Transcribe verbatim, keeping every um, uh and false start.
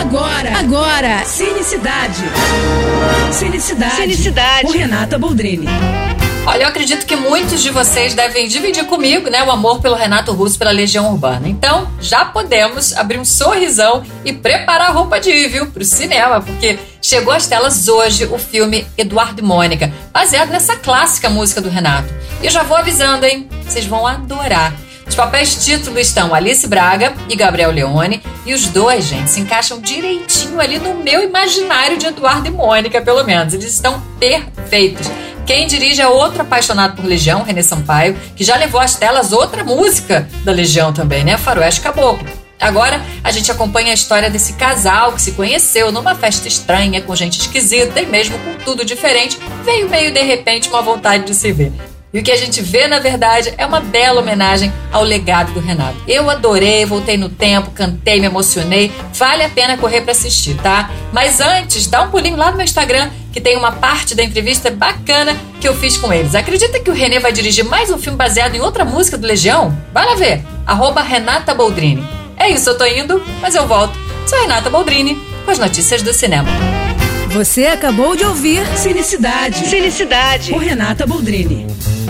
Agora, agora, Cinecidade. Cinecidade. Cinecidade. Com Renata Boldrini. Olha, eu acredito que muitos de vocês devem dividir comigo, né, o amor pelo Renato Russo, pela Legião Urbana. Então, já podemos abrir um sorrisão e preparar a roupa de ir, viu, pro cinema, porque chegou às telas hoje o filme Eduardo e Mônica, baseado nessa clássica música do Renato. E eu já vou avisando, hein, vocês vão adorar. Os papéis título estão Alice Braga e Gabriel Leone, e os dois, gente, se encaixam direitinho ali no meu imaginário de Eduardo e Mônica, pelo menos. Eles estão perfeitos. Quem dirige é outro apaixonado por Legião, René Sampaio, que já levou às telas outra música da Legião também, né? Faroeste Caboclo. Agora, a gente acompanha a história desse casal que se conheceu numa festa estranha, com gente esquisita e mesmo com tudo diferente, veio meio de repente uma vontade de se ver. E o que a gente vê, na verdade, é uma bela homenagem ao legado do Renato. Eu adorei, voltei no tempo, cantei, me emocionei. Vale a pena correr para assistir, tá? Mas antes, dá um pulinho lá no meu Instagram, que tem uma parte da entrevista bacana que eu fiz com eles. Acredita que o René vai dirigir mais um filme baseado em outra música do Legião? Vai lá ver. Arroba Renata Boldrini. É isso, eu tô indo, mas eu volto. Sou Renata Boldrini, com as notícias do cinema. Você acabou de ouvir Cinecidade. Cinecidade. Com Renata Boldrini.